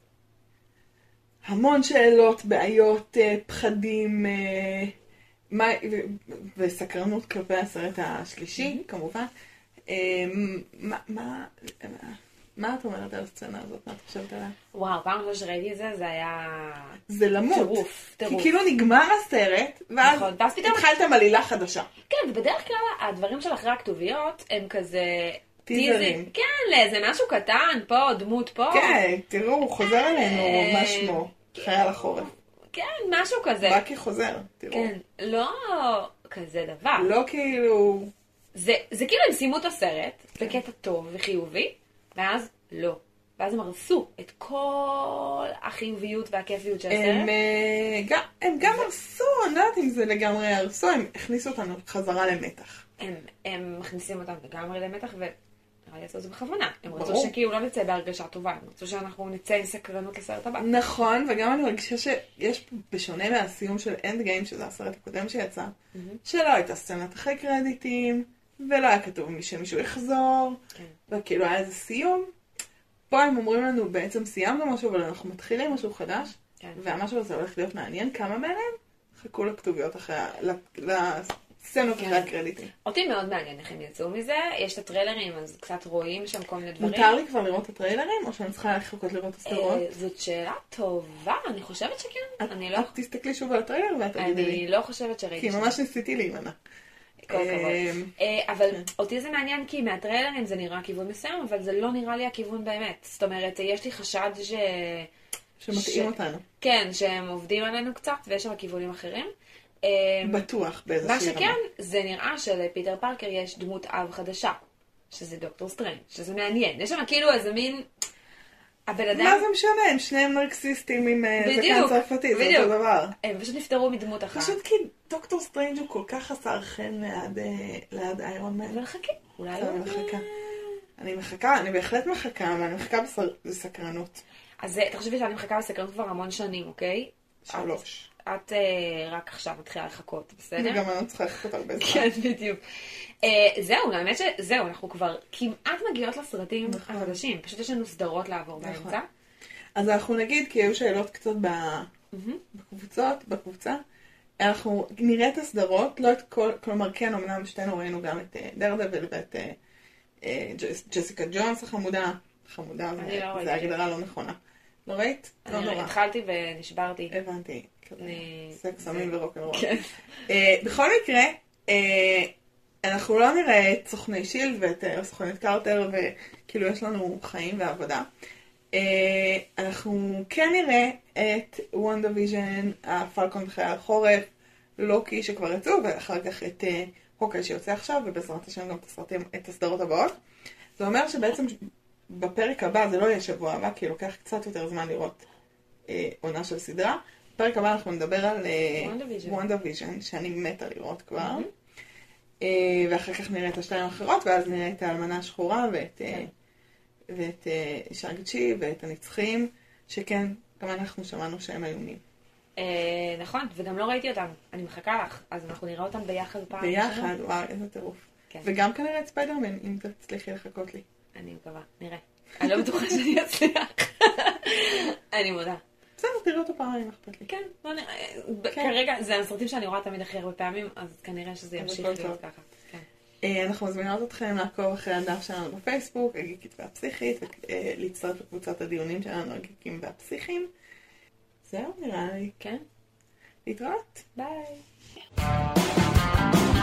המון שאלות, בעיות, פחדים, מה, וסקרנות כלפי הסרט השלישי, mm-hmm. כמובן. מה, מה, מה את אומרת על הסצנה הזאת? מה את חושבת עליה? וואו, פעם ראשונה שראיתי את זה, זה היה... זה למות. טירוף, טירוף. כי כאילו נגמר הסרט, ואז נכון, ואז פתאום... התחלתם עלילה חדשה. כן, ובדרך כלל הדברים של אחרי הכתוביות הם כזה... טיזרים. כן, לאיזה משהו קטן, פה, דמות פה. כן, תראו, הוא חוזר אלינו, מה שמו, חייל החורף. כן, משהו כזה. בקי חוזר, תראו. כן, לא כזה דבר. לא כאילו... זה, זה כאילו הם סיימו את הסרט, בקטע טוב וחיובי, ואז לא. ואז הם הרסו את כל החיוביות והכיפיות של הסרט. הם, גם, הם גם הרסו, אני לא יודעת אם זה לגמרי הרסו, הם הכניסו אותנו חזרה למתח. הם, הם מכניסים אותנו לגמרי למתח, ונראה לי לעשות את זה בכוונה. הם רצו ברור. שכאילו לא נצא בהרגשה טובה, הם רצו שאנחנו נצא עם סקרנות לסרט הבא. נכון, וגם אני מרגישה שיש בשונה מהסיום של אנד גיים, שזה הסרט הקודם שיצא, Mm-hmm. שלא הייתה סצנת אחרי קרדיטים, ולא היה כתוב מי שמישהו יחזור, כן. וכאילו היה איזה סיום. פה הם אומרים לנו, בעצם סיימנו משהו, אבל אנחנו מתחילים משהו חדש, כן. והמשהו הזה הולך להיות מעניין. כמה מהם חכו לכתוביות אחרי, לסצנות כן. אחרי הקרדיטים. אותי מאוד מעניין איך הם יצאו מזה, יש את הטריילרים, אז קצת רואים שם כל מיני דברים. מותר לי כבר לראות את הטריילרים, או שאני צריכה לחכות לראות את הסדרות? אה, זאת שאלה טובה, אני חושבת שכן. אני לא- את תסתכלי שוב על הטריילר ואת תגידי לי. אני לא חושבת שראיתי כי ממש ניסיתי להימנע. כל הכבוד. אמ, אה, אבל כן. אותי זה מעניין כי מהטריילרים זה נראה כיוון מסוים, אבל זה לא נראה לי הכיוון באמת. זאת אומרת, יש לי חשד ש... שמתאים ש- אותנו. כן, שהם עובדים עלינו קצת, ויש שם כיוונים אחרים. אה, בטוח מה באיזושהי רמה. שכן, זה נראה שלפיטר פארקר יש דמות אב חדשה, שזה דוקטור סטרנג', שזה מעניין. יש שם כאילו איזה מין... הבן אדם... מה זה משנה? הם שניהם נרקסיסטים עם אה, זקן בדיוק, צרפתי, זה בדיוק. אותו דבר. הם פשוט נפטרו מדמות אחת. פשוט כי דוקטור סטרנג' הוא כל כך חסר חן ליד, אה, ליד איירון מן. אבל חכי, אולי אני לא... מחכה. אני מחכה, אני בהחלט מחכה, ואני מחכה בסר- בסקרנות. אז אה, תחשבי שאני מחכה בסקרנות כבר המון שנים, אוקיי? שלוש. את אה, רק עכשיו מתחילה לחכות, בסדר? וגם אני צריכה לחכות הרבה זמן. כן, בדיוק. אה, זהו, האמת שזהו, אנחנו כבר כמעט מגיעות לסרטים נכון. החדשים. פשוט יש לנו סדרות לעבור נכון. באמצע. אז אנחנו נגיד, כי היו שאלות קצת ב- מהמם. בקבוצות, בקבוצה. אנחנו נראה את הסדרות, לא את כל, כלומר כן, אמנם שתינו ראינו גם את דרדבל ואת אה, אה, ג'ס- ג'סיקה ג'ונס החמודה. חמודה, זה- אני לא ראיתי. זה הגדרה לא נכונה. לא ראית? לא אני נורא. התחלתי ונשברתי. הבנתי. כזה אני- סקס, זה- סמים ורוקנרול. כן. אה, בכל מקרה, אה, אנחנו לא נראה את סוכני שילד ואת אה, סוכנית קרטר, וכאילו יש לנו חיים ועבודה. אה, אנחנו כן נראה את וונדה ויז'ן, הפלקון וחייל חורף, לוקי שכבר יצאו, ואחר כך את הוקאי שיוצא עכשיו, ובעזרת השם גם את הסרטים, את הסדרות הבאות. זה אומר שבעצם בפרק הבא, זה לא יהיה שבוע הבא, כי לוקח קצת יותר זמן לראות אה, עונה של סדרה. בפרק הבא אנחנו נדבר על וונדה ויז'ן, שאני מתה לראות כבר. Mm-hmm. אה, ואחר כך נראה את השתיים האחרות, ואז נראה את האלמנה השחורה, ואת, אה, ואת אה, שרגצ'י, ואת הנצחים, שכן, גם אנחנו שמענו שהם איומים. אה, נכון, וגם לא ראיתי אותם. אני מחכה לך, אז אנחנו נראה אותם ביחד פעם. ביחד, וואו, איזה טירוף. כן. וגם כנראה את ספיידרמן, אם תצליחי לחכות לי. אני מקווה, נראה. אני לא בטוחה שאני אצליח. אני מודה. בסדר, תראה אותו פעמיים, אכפת לי. כן, בוא נראה. כרגע, זה הסרטים שאני רואה תמיד הכי הרבה פעמים, אז כנראה שזה ימשיך להיות ככה. אנחנו מזמינות אתכם לעקוב אחרי הדף שלנו בפייסבוק, הגיקית והפסיכית, ולהצטרף לקבוצת הדיונים שלנו, הגיקים והפסיכים. זהו, נראה לי. כן. להתראות. ביי.